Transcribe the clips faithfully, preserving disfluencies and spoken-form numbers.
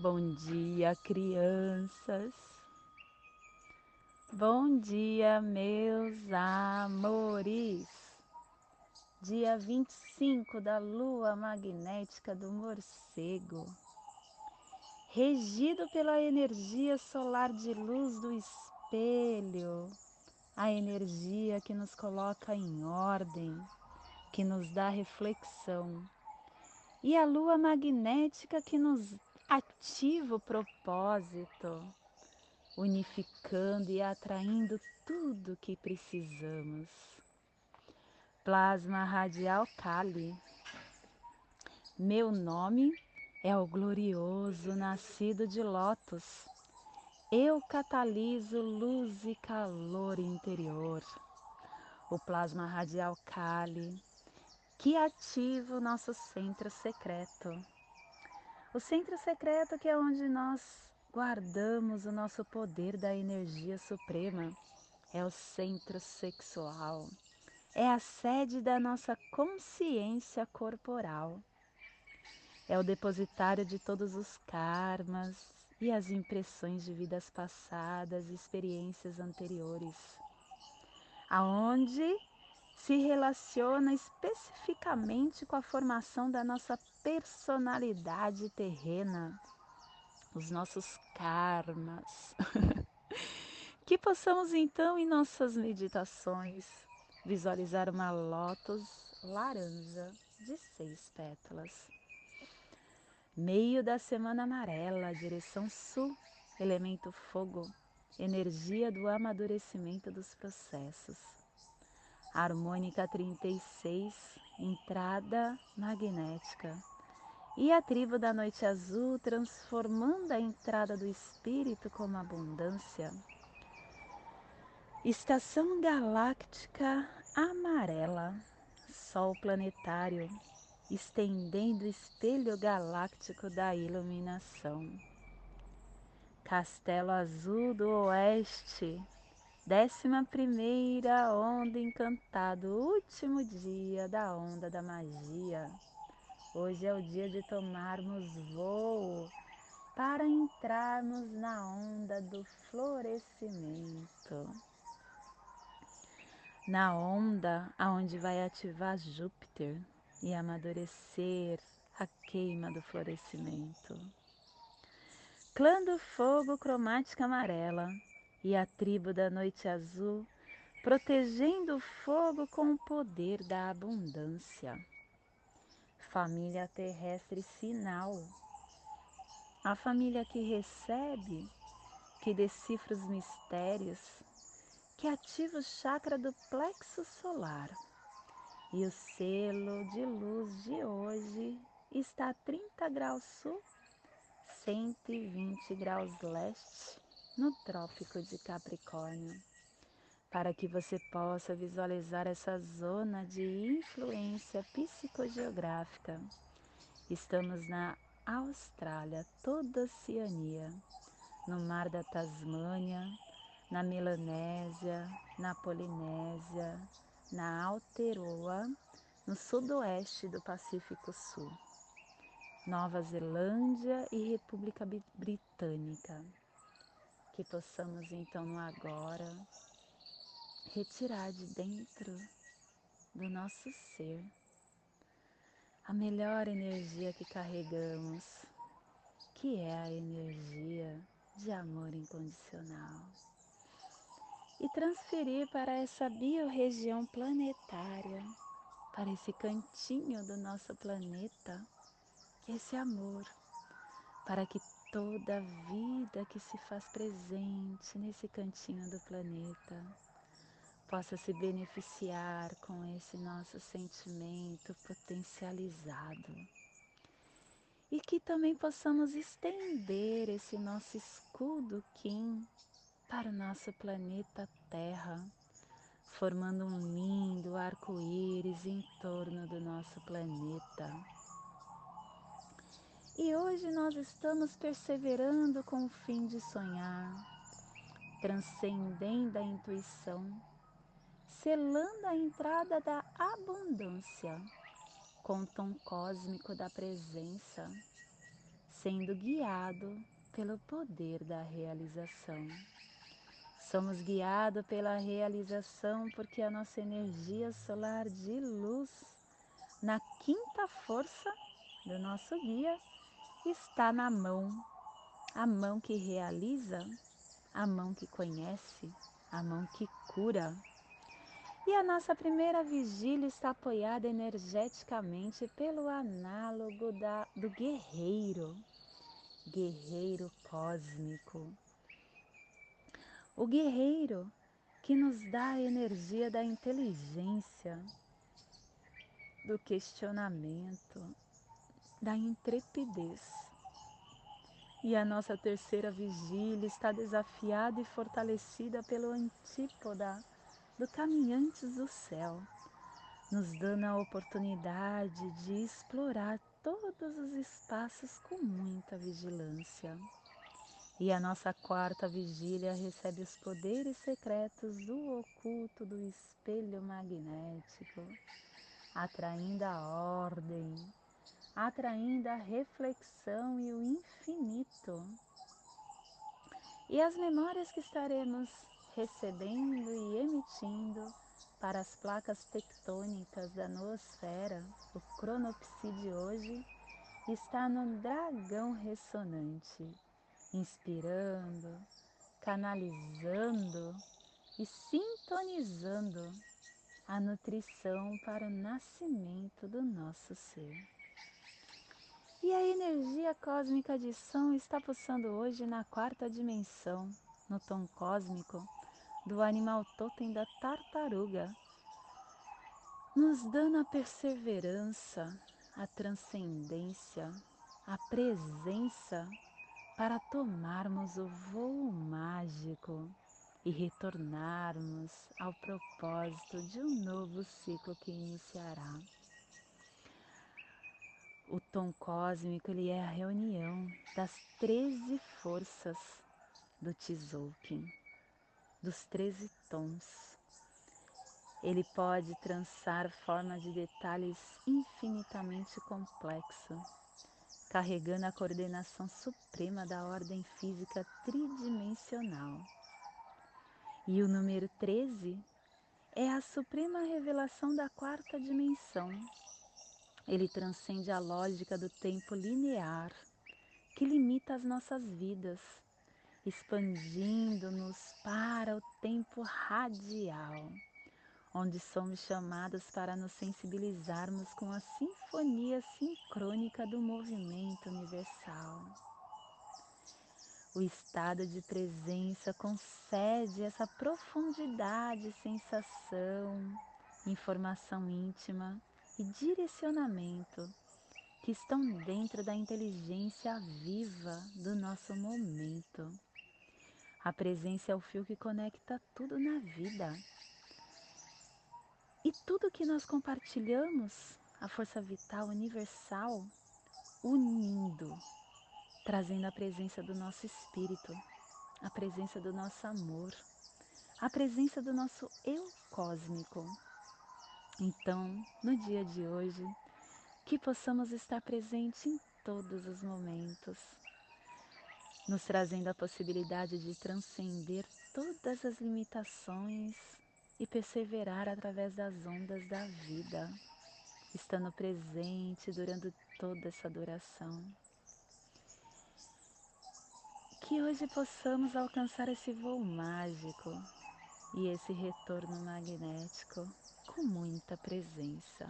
Bom dia, crianças. Bom dia, meus amores. Dia vinte e cinco da lua magnética do morcego, regido pela energia solar de luz do espelho, a energia que nos coloca em ordem, que nos dá reflexão, e a lua magnética que nos ativa o propósito, unificando e atraindo tudo que precisamos. Plasma radial Kali. Meu nome é o glorioso nascido de Lótus. Eu cataliso luz e calor interior. O plasma radial Kali, que ativa o nosso centro secreto. O centro secreto que é onde nós guardamos o nosso poder da energia suprema. É o centro sexual, é a sede da nossa consciência corporal, é o depositário de todos os karmas e as impressões de vidas passadas e experiências anteriores, aonde se relaciona especificamente com a formação da nossa personalidade terrena, os nossos karmas. Que possamos então, em nossas meditações, visualizar uma lótus laranja de seis pétalas. Meio da semana amarela, direção sul, elemento fogo, energia do amadurecimento dos processos. Harmônica trinta e seis, entrada magnética. E a tribo da noite azul, transformando a entrada do espírito como abundância. Estação galáctica amarela, Sol planetário, estendendo o espelho galáctico da iluminação. Castelo azul do oeste, décima primeira onda encantada, último dia da onda da magia. Hoje é o dia de tomarmos voo para entrarmos na onda do florescimento. Na onda aonde vai ativar Júpiter e amadurecer a queima do florescimento. Clã do fogo cromática amarela e a tribo da noite azul, protegendo o fogo com o poder da abundância. Família terrestre sinal, a família que recebe, que decifra os mistérios, que ativa o chakra do plexo solar. E o selo de luz de hoje está a trinta graus sul, cento e vinte graus leste, no Trópico de Capricórnio. Para que você possa visualizar essa zona de influência psicogeográfica. Estamos na Austrália, toda a Oceania, no Mar da Tasmânia, na Melanésia, na Polinésia, na Aotearoa, no sudoeste do Pacífico Sul, Nova Zelândia e República Britânica. Que possamos então no agora retirar de dentro do nosso ser a melhor energia que carregamos, que é a energia de amor incondicional, e transferir para essa biorregião planetária, para esse cantinho do nosso planeta, esse amor, para que toda vida que se faz presente nesse cantinho do planeta possa se beneficiar com esse nosso sentimento potencializado. E que também possamos estender esse nosso escudo Kim para o nosso planeta Terra, formando um lindo arco-íris em torno do nosso planeta. E hoje nós estamos perseverando com o fim de sonhar, transcendendo a intuição, selando a entrada da abundância com o tom cósmico da presença, sendo guiado pelo poder da realização. Somos guiados pela realização porque a nossa energia solar de luz, na quinta força do nosso guia, está na mão. A mão que realiza, a mão que conhece, a mão que cura. E a nossa primeira vigília está apoiada energeticamente pelo análogo da, do guerreiro, guerreiro cósmico. O guerreiro que nos dá a energia da inteligência, do questionamento, da intrepidez. E a nossa terceira vigília está desafiada e fortalecida pelo antípoda do Caminhantes do Céu, nos dando a oportunidade de explorar todos os espaços com muita vigilância. E a nossa quarta vigília recebe os poderes secretos do oculto do espelho magnético, atraindo a ordem, atraindo a reflexão e o infinito. E as memórias que estaremos recebendo e emitindo para as placas tectônicas da noosfera, o cronopsi de hoje, está no dragão ressonante, inspirando, canalizando e sintonizando a nutrição para o nascimento do nosso ser. E a energia cósmica de som está pulsando hoje na quarta dimensão, no tom cósmico do animal totem da tartaruga, nos dando a perseverança, a transcendência, a presença para tomarmos o voo mágico e retornarmos ao propósito de um novo ciclo que iniciará. O tom cósmico, ele é a reunião das treze forças do Tzolk'in, dos treze tons. Ele pode trançar formas de detalhes infinitamente complexos, carregando a coordenação suprema da ordem física tridimensional. E o número treze é a suprema revelação da quarta dimensão. Ele transcende a lógica do tempo linear, que limita as nossas vidas, expandindo-nos para o tempo radial, onde somos chamados para nos sensibilizarmos com a sinfonia sincrônica do movimento universal. O estado de presença concede essa profundidade, sensação, informação íntima e direcionamento que estão dentro da inteligência viva do nosso momento. A presença é o fio que conecta tudo na vida. E tudo que nós compartilhamos, a força vital universal, unindo, trazendo a presença do nosso espírito, a presença do nosso amor, a presença do nosso eu cósmico. Então, no dia de hoje, que possamos estar presentes em todos os momentos, nos trazendo a possibilidade de transcender todas as limitações e perseverar através das ondas da vida, estando presente durante toda essa duração. Que hoje possamos alcançar esse voo mágico e esse retorno magnético com muita presença.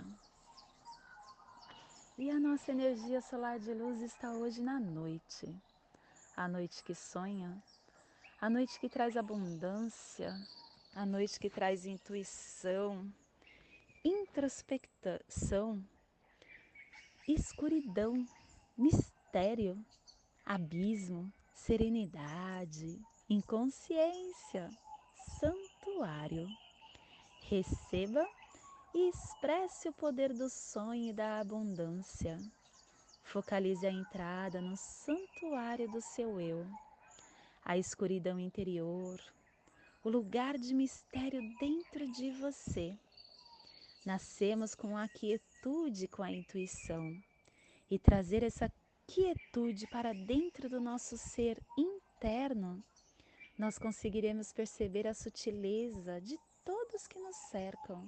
E a nossa energia solar de luz está hoje na noite, a noite que sonha, a noite que traz abundância, a noite que traz intuição, introspecção, escuridão, mistério, abismo, serenidade, inconsciência, santuário. Receba e expresse o poder do sonho e da abundância. Focalize a entrada no santuário do seu eu, a escuridão interior, o lugar de mistério dentro de você. Nascemos com a quietude, com a intuição, e trazer essa quietude para dentro do nosso ser interno, nós conseguiremos perceber a sutileza de todos que nos cercam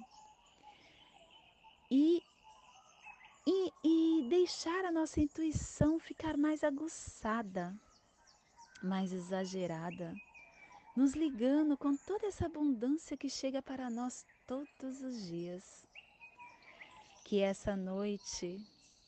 e, e, e deixar a nossa intuição ficar mais aguçada, mais exagerada, nos ligando com toda essa abundância que chega para nós todos os dias. Que essa noite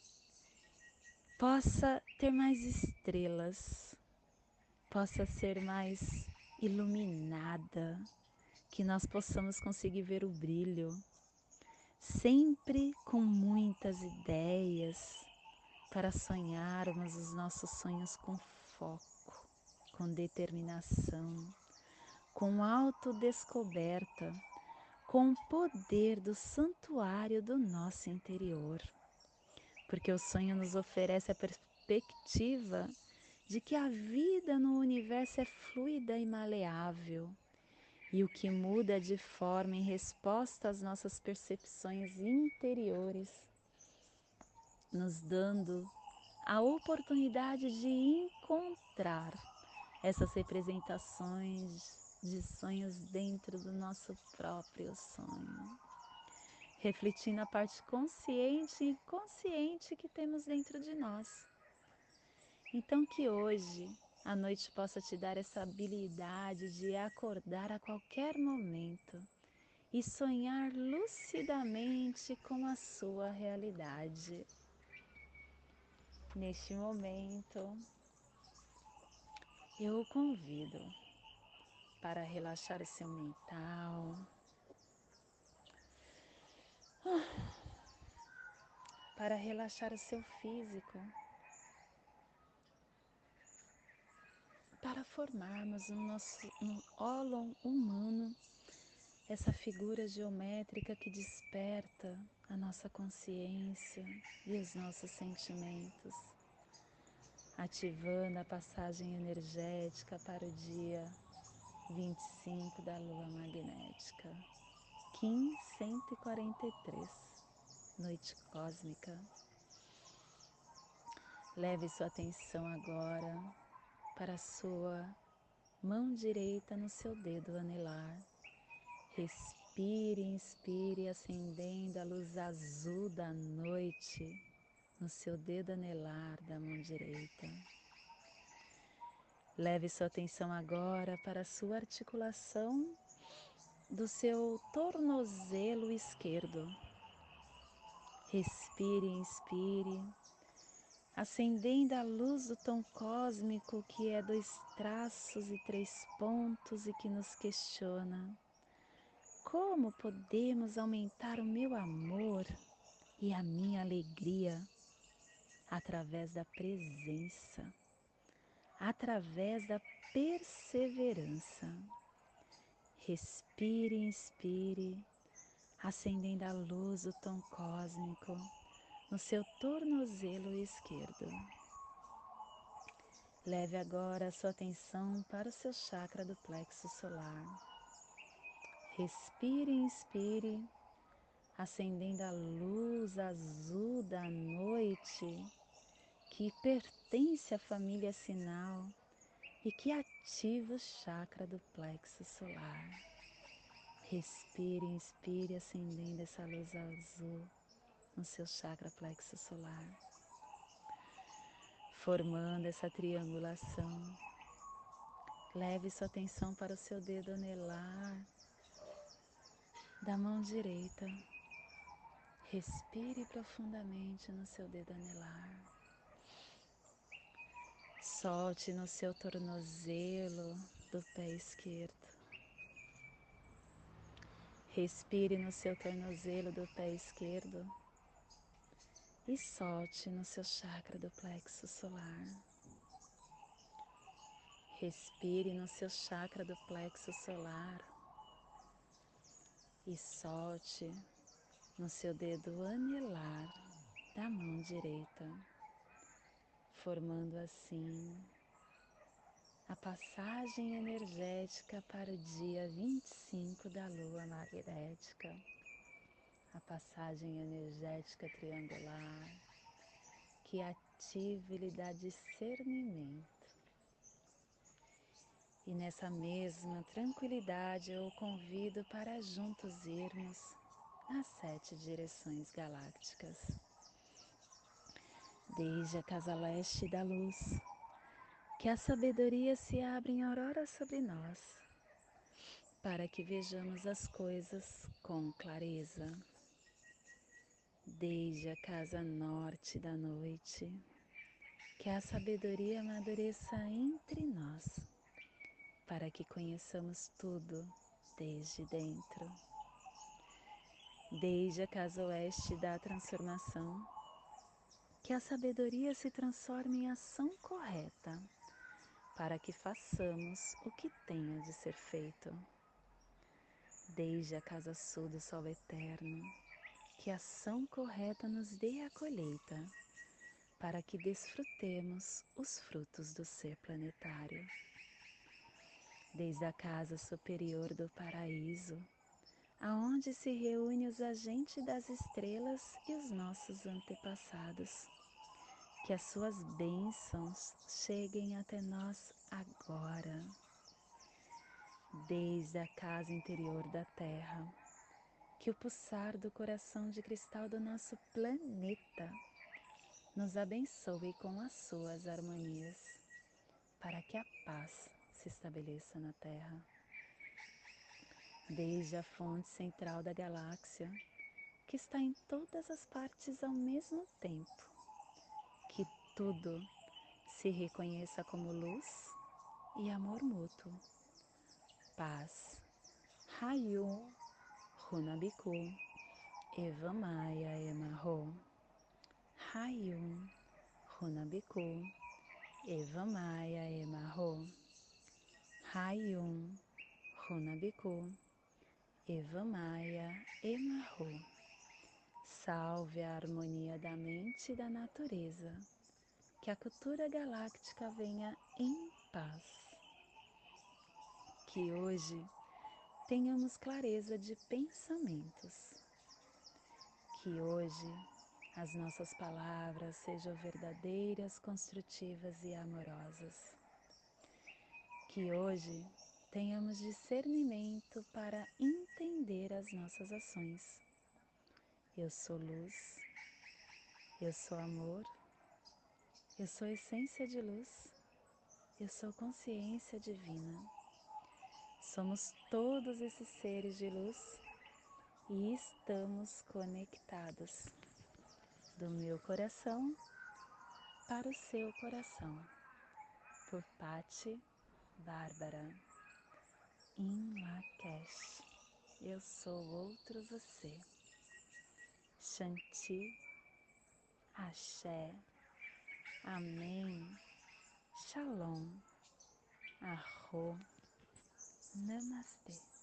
possa ter mais estrelas, possa ser mais iluminada, que nós possamos conseguir ver o brilho, sempre com muitas ideias para sonharmos os nossos sonhos com foco, com determinação, com autodescoberta, com o poder do santuário do nosso interior. Porque o sonho nos oferece a perspectiva de que a vida no universo é fluida e maleável, e o que muda de forma em resposta às nossas percepções interiores, nos dando a oportunidade de encontrar essas representações de sonhos dentro do nosso próprio sonho, refletindo a parte consciente e inconsciente que temos dentro de nós. Então que hoje a noite possa te dar essa habilidade de acordar a qualquer momento e sonhar lucidamente com a sua realidade. Neste momento, eu o convido para relaxar o seu mental, para relaxar o seu físico, para formarmos no nosso no ólon humano essa figura geométrica que desperta a nossa consciência e os nossos sentimentos, ativando a passagem energética para o dia vinte e cinco da Lua Magnética, Kim cento e quarenta e três, Noite Cósmica. Leve sua atenção agora para a sua mão direita no seu dedo anelar. Respire, inspire, acendendo a luz azul da noite no seu dedo anelar da mão direita. Leve sua atenção agora para a sua articulação do seu tornozelo esquerdo. Respire, inspire, acendendo a luz do tom cósmico que é dois traços e três pontos e que nos questiona. Como podemos aumentar o meu amor e a minha alegria? Através da presença, através da perseverança. Respire, inspire, acendendo a luz do tom cósmico no seu tornozelo esquerdo. Leve agora a sua atenção para o seu chakra do plexo solar. Respire, inspire, acendendo a luz azul da noite que pertence à família sinal e que ativa o chakra do plexo solar. Respire, inspire, acendendo essa luz azul no seu chakra plexo solar, formando essa triangulação. Leve sua atenção para o seu dedo anelar da mão direita. Respire profundamente no seu dedo anelar. Solte no seu tornozelo do pé esquerdo. Respire no seu tornozelo do pé esquerdo e solte no seu chakra do plexo solar. Respire no seu chakra do plexo solar e solte no seu dedo anelar da mão direita, formando assim a passagem energética para o dia vinte e cinco da Lua Magnética, a passagem energética triangular que ativa e lhe dá discernimento. E nessa mesma tranquilidade eu o convido para juntos irmos nas sete direções galácticas. Desde a casa leste da luz, que a sabedoria se abra em aurora sobre nós, para que vejamos as coisas com clareza. Desde a casa norte da noite, que a sabedoria amadureça entre nós, para que conheçamos tudo desde dentro. Desde a casa oeste da transformação, que a sabedoria se transforme em ação correta, para que façamos o que tenha de ser feito. Desde a casa sul do sol eterno, que a ação correta nos dê a colheita, para que desfrutemos os frutos do ser planetário. Desde a casa superior do paraíso, aonde se reúnem os agentes das estrelas e os nossos antepassados, que as suas bênçãos cheguem até nós agora. Desde a casa interior da Terra, que o pulsar do coração de cristal do nosso planeta nos abençoe com as suas harmonias, para que a paz se estabeleça na Terra. Desde a fonte central da galáxia, que está em todas as partes ao mesmo tempo, que tudo se reconheça como luz e amor mútuo. Paz. Hayum Runabiku Eva Maia Emarro. Hayum Runabiku Eva Maia Emarro. Hayum Runabiku Eva Maia Emarro. Salve a harmonia da mente e da natureza. Que a cultura galáctica venha em paz. Que hoje tenhamos clareza de pensamentos. Que hoje as nossas palavras sejam verdadeiras, construtivas e amorosas. Que hoje tenhamos discernimento para entender as nossas ações. Eu sou luz, eu sou amor, eu sou essência de luz, eu sou consciência divina. Somos todos esses seres de luz e estamos conectados do meu coração para o seu coração. Por Patti Bárbara. In Lakesh. Eu sou outro você. Shanti. Axé. Amém. Shalom. Arro. Namastê.